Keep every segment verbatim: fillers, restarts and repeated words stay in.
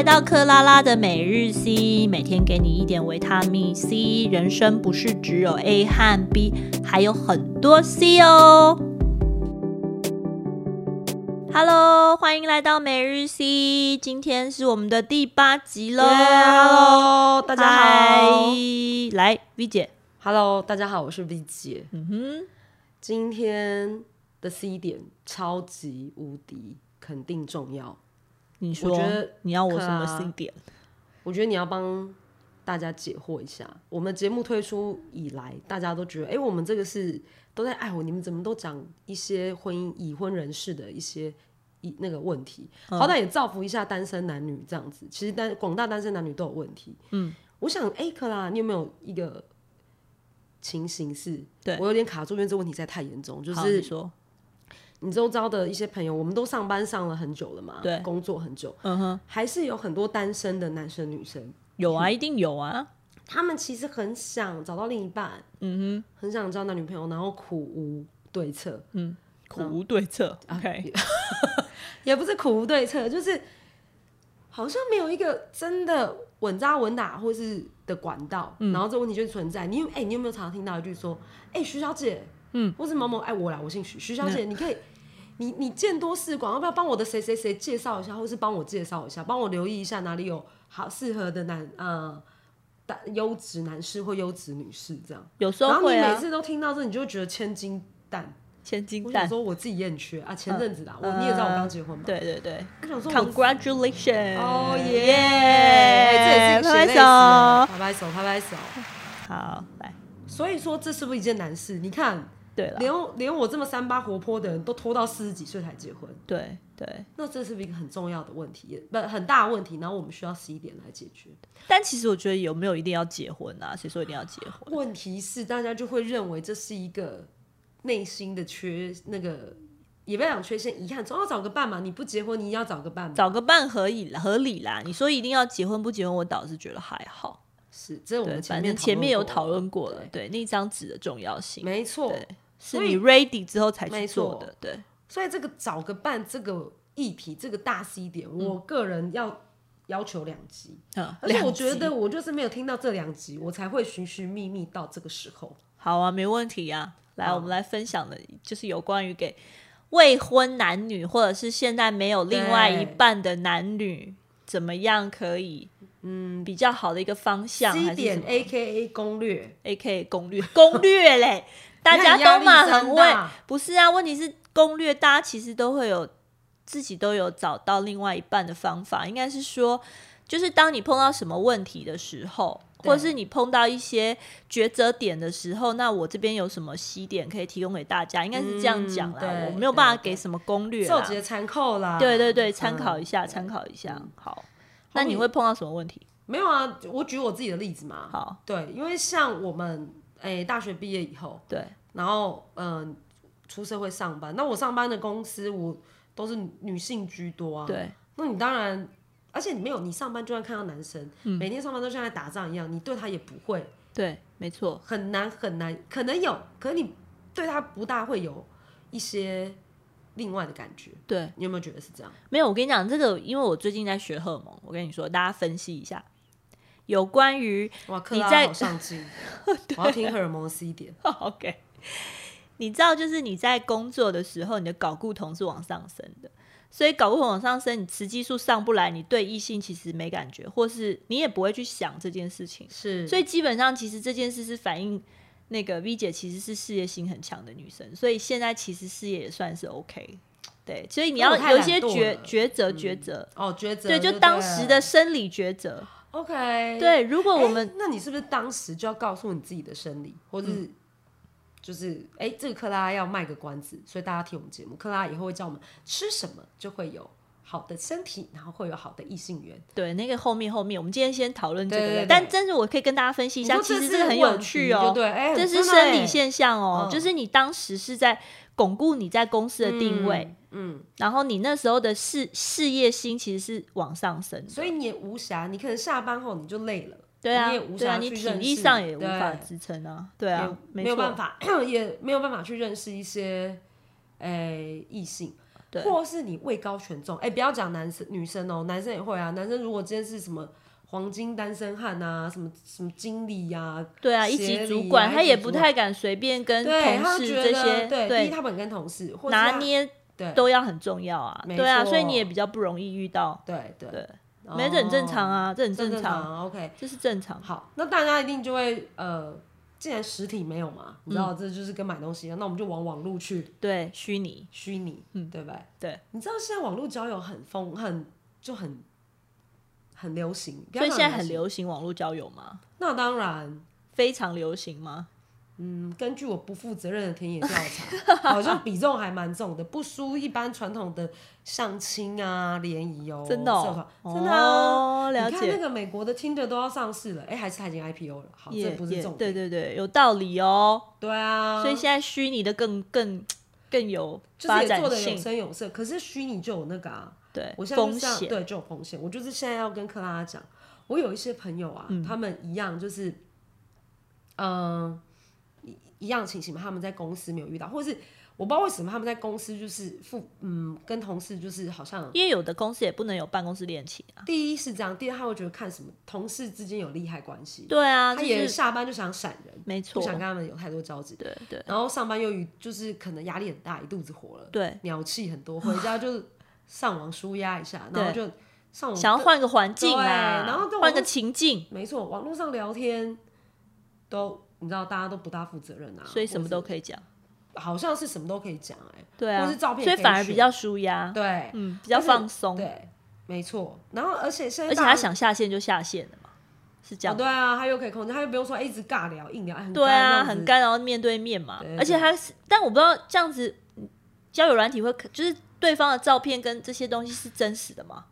到克拉拉的每日 C， 每天给你一点维他命 C， 人生不是只有 A 和 B， 还有很多 C 哦。Hello， 欢迎来到每日 C， 今天是我们的第八集喽。 Yeah, Hello， 大家好。 来 V 姐。 Hello， 大家好，我是 V 姐。 嗯哼， 今天的 C 点超级无敌，肯定重要。 你说， 我觉得你要我什么 C 点？ 我觉得你要帮大家解惑一下。我们节目推出以来，大家都觉得，哎、欸，我们这个是都在爱我，你们怎么都讲一些婚姻已婚人士的一些那个问题， 嗯、 好歹也造福一下单身男女这样子。其实单广大单身男女都有问题。嗯，我想，哎、欸，克拉，你有没有一个情形是，我有点卡住，因为这问题实在太严重，就是你说。 你周遭的一些朋友，我们都上班上了很久了嘛，对，工作很久，嗯哼，还是有很多单身的男生女生。 有啊，一定有啊。 他们其实很想找到另一半，嗯哼，很想交男女朋友，然后苦无对策， 嗯，苦无对策、嗯、，OK， 也不是苦无对策，就是好像没有一个真的稳扎稳打或是的管道，嗯、然后这个问题就存在。你有哎、欸，你有没有常常听到一句说，哎、欸，徐小姐？嗯，或是某某哎，我啦，我姓徐，徐小姐，嗯、你可以，你你见多识广，要不要帮我的谁谁谁介绍一下，或是帮我介绍一下，帮我留意一下哪里有好适合的男呃优质男士或优质女士这样。 有时候会啊。 然后你每次都听到这，你就会觉得千金蛋， 千金蛋。 我想说我自己也很缺啊，前阵子啦，嗯、我你也知道我刚结婚嘛。 对对对。 我想说 ，Congratulations！ 哦耶！这也是一个血泪史，拍拍手，拍拍手。 好，来。 所以说，这是不是一件难事？你看。对了，连连我这么三八活泼的人都拖到四十几岁才结婚， 对对， 那这是不是一个很重要的问题，不很大的问题？然后我们需要十一点来解决。 但其实我觉得有没有一定要结婚啊？谁说一定要结婚？ 问题是大家就会认为这是一个内心的缺，那个也不要讲缺陷，遗憾，总要找个伴嘛。你不结婚，你要找个伴嘛， 找个伴合理合理啦。你说一定要结婚不结婚，我倒是觉得还好。 是，这是我们前面反正前面有讨论过了，对那张纸的重要性， 没错。 是你 ready 之后才去做的，对。 所以这个找个伴这个议题，这个大 C 点，嗯、我个人要要求两集，嗯、而且我觉得我就是没有听到这两集，我才会寻寻觅觅到这个时候。 好啊，没问题啊。来，我们来分享的就是有关于给未婚男女，或者是现在没有另外一半的男女，怎么样可以嗯比较好的一个方向。 C 点 A K A 攻略 ，A K A 攻略，攻略嘞。大家都嘛很会，不是啊？问题是攻略，大家其实都会有自己都有找到另外一半的方法。应该是说，就是当你碰到什么问题的时候，或者是你碰到一些抉择点的时候，那我这边有什么西点可以提供给大家？应该是这样讲啦、嗯，我没有办法给什么攻略啦， 受节参考啦。 对对对，参考一下，参、嗯、考一下。好，那你会碰到什么问题？ 没有啊，我举我自己的例子嘛。 好， 对，因为像我们。欸、大学毕业以后， 对， 然后嗯、呃，出社会上班。那我上班的公司，我都是女性居多啊。 对， 那你当然，而且你没有，你上班就算看到男生，嗯、每天上班都像在打仗一样，你对他也不会。 对，没错， 很难很难，可能有，可是你对他不大会有一些另外的感觉。 对， 你有没有觉得是这样？ 没有，我跟你讲，这个因为我最近在学荷尔蒙，我跟你说，大家分析一下。有关于你在，好上进我要听荷尔蒙的 C 点。 OK， 你知道，就是你在工作的时候，你的睾固酮是往上升的，所以睾固酮往上升，你雌激素上不来，你对异性其实没感觉，或是你也不会去想这件事情。 是， 所以基本上，其实这件事是反映那个 V 姐其实是事业心很强的女生，所以现在其实事业也算是 OK。对，所以你要有一些抉抉择，抉择、 嗯、哦，抉择， 对，就当时的生理抉择。 OK， 对，如果我们、 欸，那你是不是当时就要告诉你自己的生理，或者是、嗯、就是哎、欸，这个克拉要卖个关子，所以大家听我们节目，克拉以后会叫我们吃什么就会有好的身体，然后会有好的异性缘。 对，那个后面后面，我们今天先讨论这个， 对对对， 但真是我可以跟大家分析一下，其实这个很有趣哦， 对，欸、 这是生理现象哦、 嗯， 就是你当时是在巩固你在公司的定位。嗯嗯，然后你那时候的事事业心其实是往上升的， 所以你也无暇，你可能下班后你就累了， 对啊， 你也无暇去认识， 对啊，你体力上也无法支撑啊，对啊， 没有办法，也没有办法去认识一些诶异性。 或是你位高权重，哎、欸，不要讲男生女生哦、喔，男生也会啊。男生如果今天是什么黄金单身汉啊，什么什么经理啊， 对啊，一级主管，他也不太敢随便跟同事这些， 对，第一他不敢跟同事或拿捏，都要很重要啊，对啊，所以你也比较不容易遇到， 对对对， 没，这很正常啊，这很正常， 正常 ，OK， 这是正常。 好，那大家一定就会呃。既然实体没有嘛，你知道这就是跟买东西一样，嗯、那我们就往网路去。 对，虚拟， 虚拟，嗯，对不对？ 对。 你知道现在网络交友很疯，很就很很流行， 所以现在很流行网络交友吗？ 那当然， 非常流行吗？ 嗯，根据我不负责任的田野调查，好像比重还蛮重的，不输一般传统的相亲啊、联谊哦， 真的、哦， 真的啊！ 了解。 你看那个美国的 Tinder 都要上市了，哎、欸，还是它已经 I P O 了。好，这不是重点。 对对对，有道理哦。 对啊， 所以现在虚拟的更更更有发展性， 就是也做的有声有色。可是虚拟就有那个啊， 对， 我现在风险，对，就有风险。我就是现在要跟克拉拉讲，我有一些朋友啊，嗯、他们一样就是，嗯、呃。一样的情形嘛，他们在公司没有遇到，或者是我不知道为什么他们在公司就是负嗯跟同事就是好像， 因为有的公司也不能有办公室恋情啊。 第一是这样，第二他会觉得看什么同事之间有利害关系， 对啊， 他也下班就想闪人， 没错， 不想跟他们有太多交集， 对对。 然后上班又就是可能压力很大，一肚子火了， 对， 鸟气很多，回家就上网舒压一下，然后就上网想要换个环境啊， 然后换个情境， 没错，网络上聊天都。你知道大家都不大负责任啊， 所以什么都可以讲， 好像是什么都可以讲哎、欸， 对啊， 或是照片可以， 所以反而比较舒压， 对， 嗯，比较放松， 对，没错。然后而且现在， 而且他想下线就下线了嘛，是这样、 哦，对啊，他又可以控制，他又不用说、欸、一直尬聊硬聊，很对啊，很干，然后面对面嘛，对对对，而且他是，但我不知道这样子交友软体会，就是对方的照片跟这些东西是真实的吗？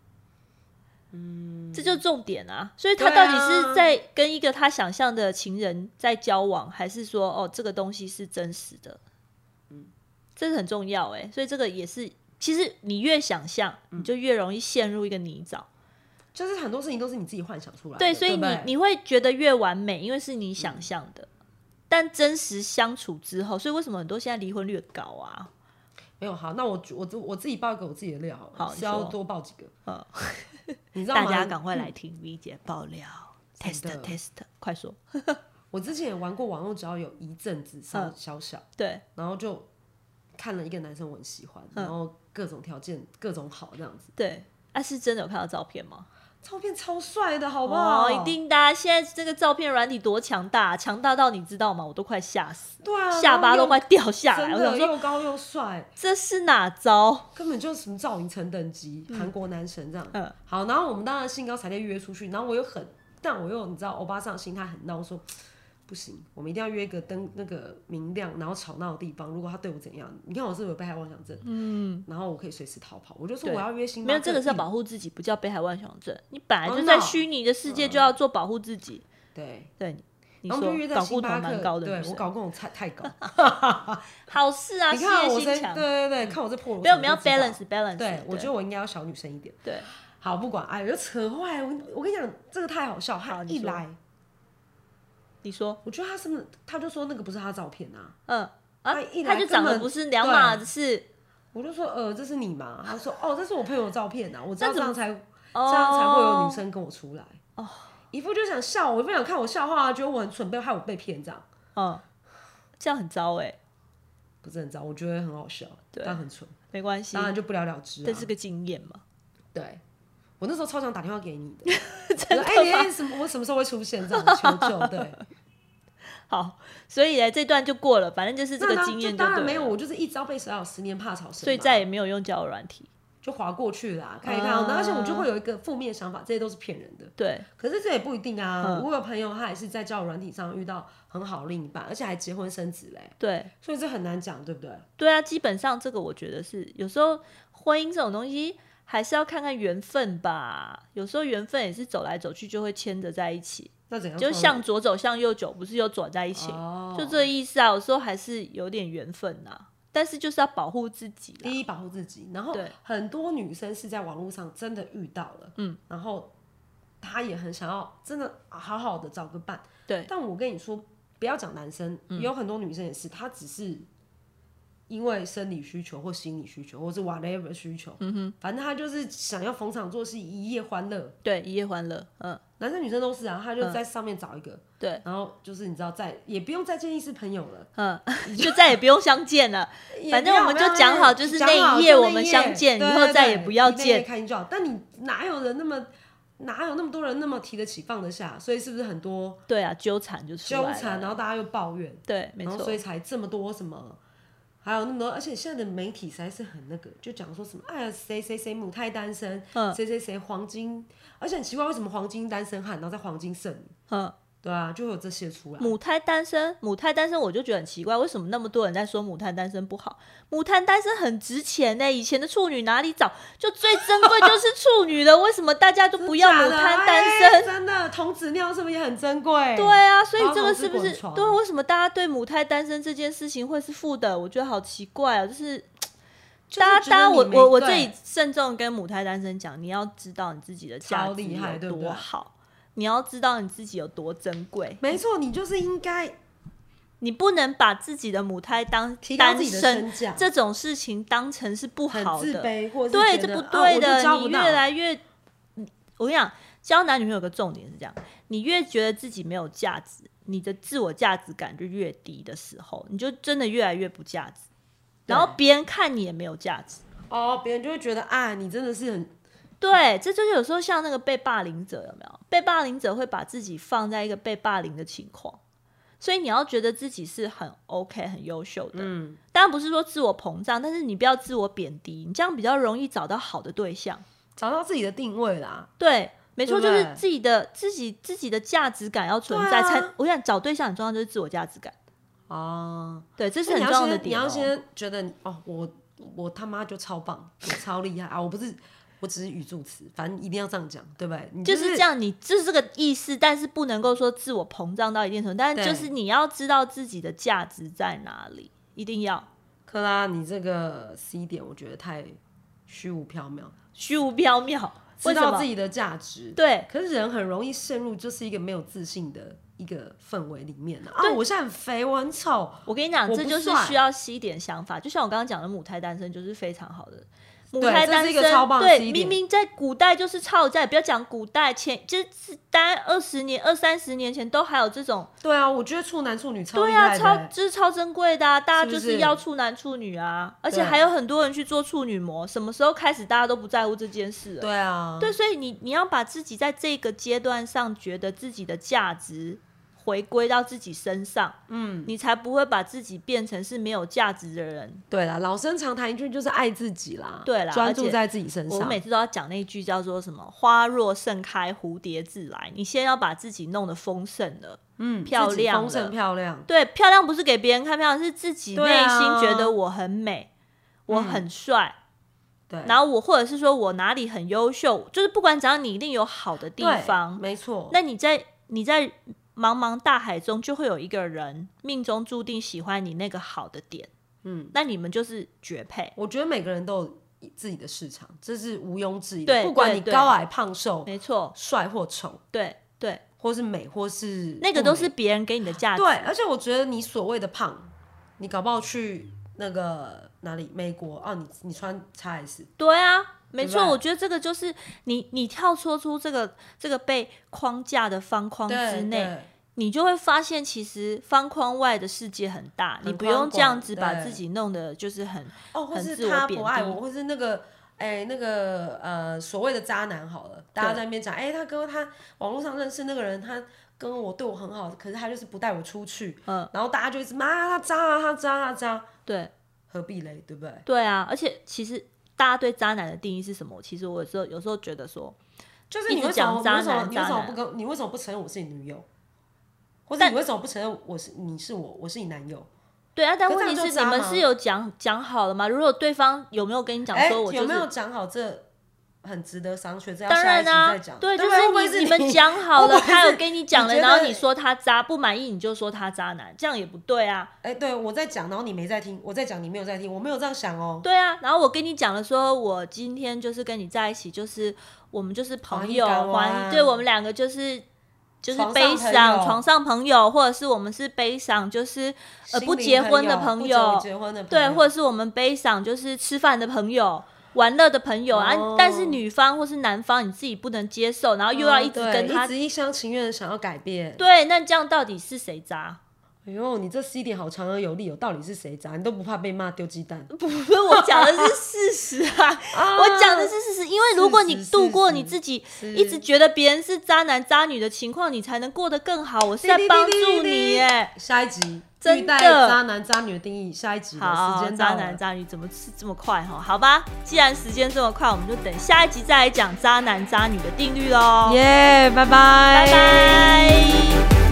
嗯，这就是重点啊！所以他到底是在跟一个他想象的情人在交往，还是说哦这个东西是真实的？嗯，这是很重要哎。所以这个也是，其实你越想象，你就越容易陷入一个泥沼。 就是很多事情都是你自己幻想出来的， 对，所以你对对你会觉得越完美，因为是你想象的。嗯、但真实相处之后，所以为什么很多现在离婚率高啊？ 没有好，那我我我自己爆一个我自己的料好了， 好是要多爆几个。 嗯你知道吗？ 大家赶快来听 V 姐爆料、嗯、，test test， 快说！ 我之前也玩过网络交友一阵子，小小小、嗯， 对， 然后就看了一个男生我很喜欢，嗯、然后各种条件各种好这样子。 对，啊，是真的有看到照片吗？ 照片超帅的，好不好？ 哦，一定的、啊！现在这个照片软体多强大，强大到你知道吗？我都快吓死， 对啊， 下巴都快掉下来。 真的，又高又帅， 这是哪招？ 根本就是什么赵寅成等级，韩、嗯、国男神这样。 嗯， 好，然后我们当然兴高采烈约出去，然后我又很，但我又你知道，欧巴桑心态很孬，说不行，我们一定要约一个灯那个明亮，然后吵闹的地方。如果他对我怎样，你看我是不是有被害妄想症？嗯，然后我可以随时逃跑。我就说我要约星巴克， 没有这个是要保护自己，不叫被害妄想症。你本来就在虚拟的世界，就要做保护自己。 对对，你说搞固酮蛮高的女生， 对我搞固酮太太高。 好事啊， 你看我这对对对，看我这破。 没有，我们要 balance balance。 对，我觉得我应该要小女生一点。 对， 好，不管，哎呦，扯坏了。我我跟你讲，这个太好笑，他一来。 你说， 我觉得他是不是，他就说那个不是他照片啊， 嗯，啊， 他一来他就长得不是两码子事， 我就说，呃，这是你吗？他说，哦，这是我朋友的照片啊，我知道这样才，这样才会有女生跟我出来，哦，一副就想笑我，一副想看我笑话，觉得我很蠢，被害我被骗这样， 嗯，这样很糟哎、欸， 不是很糟，我觉得很好笑，但很蠢， 没关系， 当然就不了了之、啊， 这是个经验嘛， 对。我那时候超想打电话给你的， 真的吗？ 哎、欸，什么？我什么时候会出现？这样求救，对。 好，所以呢，这段就过了，反正就是这个经验就对了。 当然没有，我就是一朝被蛇咬，十年怕草绳， 所以再也没有用交友软体， 就滑过去啦，看一看。啊、而且我就会有一个负面想法，这些都是骗人的。对。可是这也不一定啊。嗯、我有朋友，他也是在交友软体上遇到很好的另一半，而且还结婚生子嘞。 对。 所以这很难讲，对不对？ 对啊，基本上这个我觉得是有时候婚姻这种东西。还是要看看缘分吧，有时候缘分也是走来走去就会牵着在一起。 那怎样？ 就向左走向右走，不是又走在一起，哦、就这个意思啊。有时候还是有点缘分呐，但是就是要保护自己啦。 第一，保护自己，然后很多女生是在网络上真的遇到了，嗯，然后她也很想要真的好好的找个伴，对。但我跟你说，不要讲男生，嗯、也有很多女生也是，她只是因为生理需求或心理需求，或是 whatever 需求，嗯哼，反正他就是想要逢场作戏，一夜欢乐。 对，一夜欢乐，嗯， 男生女生都是啊，他就在上面找一个， 嗯、对， 然后就是你知道再也不用再见异是朋友了， 嗯，就再也不用相见了。反正我们就讲好，就是那一夜我们相见，以后再也不要见。 开心就好。但你哪有人那么？哪有那么多人那么提得起放得下？所以是不是很多对啊纠缠就出来了， 纠缠，然后大家又抱怨， 对，没错， 所以才这么多什么，还有那么多，而且现在的媒体实在是很那个，就讲说什么哎呀谁谁谁母胎单身，嗯，谁谁谁黄金，而且很奇怪为什么黄金单身汉，然后在黄金剩女，嗯。对啊，就会有这些出来。 母胎单身，母胎单身，我就觉得很奇怪，为什么那么多人在说母胎单身不好？母胎单身很值钱呢、欸，以前的处女哪里找？就最珍贵就是处女了，为什么大家都不要母胎单身？ 欸、真的，童子尿是不是也很珍贵？ 对啊，所以这个是不是对？为什么大家对母胎单身这件事情会是负的？我觉得好奇怪啊，就是。大家，大家，我我我这里慎重跟母胎单身讲，你要知道你自己的价值有多好。你要知道你自己有多珍贵， 没错，你就是应该， 你不能把自己的母胎当单身这种事情当成是不好的， 很自卑，或者对，这不对的。 啊、 你越来越，我跟你讲，交男女朋友有个重点是这样：你越觉得自己没有价值，你的自我价值感就越低的时候，你就真的越来越不价值，然后别人看你也没有价值， 哦，别人就会觉得啊，你真的是很。 对，这就是有时候像那个被霸凌者，有没有？被霸凌者会把自己放在一个被霸凌的情况，所以你要觉得自己是很 OK、很优秀的。嗯，当然不是说自我膨胀，但是你不要自我贬低，你这样比较容易找到好的对象， 找到自己的定位啦。 对，没错，就是自己的自己自己的价值感要存在。啊、才我想找对象很重要，就是自我价值感。哦，对，这是很重要的点、 哦。你要先觉得哦，我我他妈就超棒，我超厉害啊！我不是。我只是语助词，反正一定要这样讲，对不对？你就是、就是这样，你就是这个意思，但是不能够说自我膨胀到一定程度，但是就是你要知道自己的价值在哪里，一定要。 克拉，你这个 C 点我觉得太虚无缥缈， 虚无缥缈， 知道自己的价值， 对。 可是人很容易陷入就是一个没有自信的一个氛围里面啊！我现在很肥，我很丑。 我跟你讲，这就是需要 C 点想法，就像我刚刚讲的母胎单身就是非常好的。母胎单身，对，明明在古代就是超载，不要讲古代，前就是大概二十年、二三十年前都还有这种。 对啊，我觉得处男处女超厉害的， 对啊，超就是超珍贵的啊！大家就是要处男处女啊，而且还有很多人去做处女膜。什么时候开始大家都不在乎这件事了？ 对啊， 对，所以你你要把自己在这个阶段上觉得自己的价值。回归到自己身上，嗯，你才不会把自己变成是没有价值的人。 对啦，老生常谈一句就是爱自己啦， 对啦， 专注在自己身上。 我每次都要讲那句叫做什么"花若盛开，蝴蝶自来"。你先要把自己弄得丰盛了，嗯，漂亮了， 丰盛漂亮。 对，漂亮不是给别人看，漂亮是自己内心觉得我很美，啊、我很帅。对，然后我或者是说我哪里很优秀，就是不管怎样，你一定有好的地方， 没错。 那你在你在。茫茫大海中就会有一个人命中注定喜欢你那个好的点，嗯，那你们就是绝配。 我觉得每个人都有自己的市场，这是毋庸置疑的。不管你高矮胖瘦， 没错， 帅或丑， 对对， 或是美或是那个都是别人给你的价值。 对，而且我觉得你所谓的胖，你搞不好去那个哪里美国哦，你你穿 X S， 对啊。没错，我觉得这个就是你，你跳脱出这个这个被框架的方框之内，你就会发现，其实方框外的世界很大，很你不用这样子把自己弄得就是很哦，或是他不爱我，或是那个哎那个呃所谓的渣男好了，大家在那边讲，哎，他跟他网络上认识那个人，他跟我对我很好，可是他就是不带我出去，嗯，然后大家就一直骂他渣啊，他渣啊渣， 对， 何必嘞，对不对？ 对啊，而且其实。大家对渣男的定义是什么？其实我有时候有时候觉得说， 就是你为什么你为什么你为什么不跟你为什么不承认我是你女友，或者你为什么不承认我是你是我我是你男友？ 对啊，但问题是你们是有讲讲好了吗？如果对方有没有跟你讲说我、就是， 有没有讲好这？很值得商榷，这要当然啊，对，就是你你们讲好了，他有跟你讲了，然后你说他渣，不满意你就说他渣男，这样也不对啊。 哎、欸，对我在讲，然后你没在听，我在讲你没有在听，我没有这样想哦。 对啊，然后我跟你讲了，说我今天就是跟你在一起，就是我们就是朋友，还对我们两个就是就是悲伤床上朋友，或者是我们是悲伤就是呃不结婚的朋友， 结婚的朋友对，或者是我们悲伤就是吃饭的朋友。玩乐的朋友、哦、啊，但是女方或是男方你自己不能接受，然后又要一直跟他、 哦、一直一厢情愿的想要改变， 对，那这样到底是谁渣？ 哎呦，你这 C 点好强而有力哦！到底是谁渣？你都不怕被骂丢鸡蛋？ 不是，我讲的是事实啊！啊我讲的是事实，因为如果你度过你自己一直觉得别人是渣男渣女的情况，你才能过得更好。我是在帮助你耶！ 下一集。 真的渣男渣女的定义，下一集的时间到了。 渣男渣女怎么是这么快哈？好吧，既然时间这么快，我们就等下一集再来讲渣男渣女的定律喽。 耶、yeah, 拜拜， 拜拜。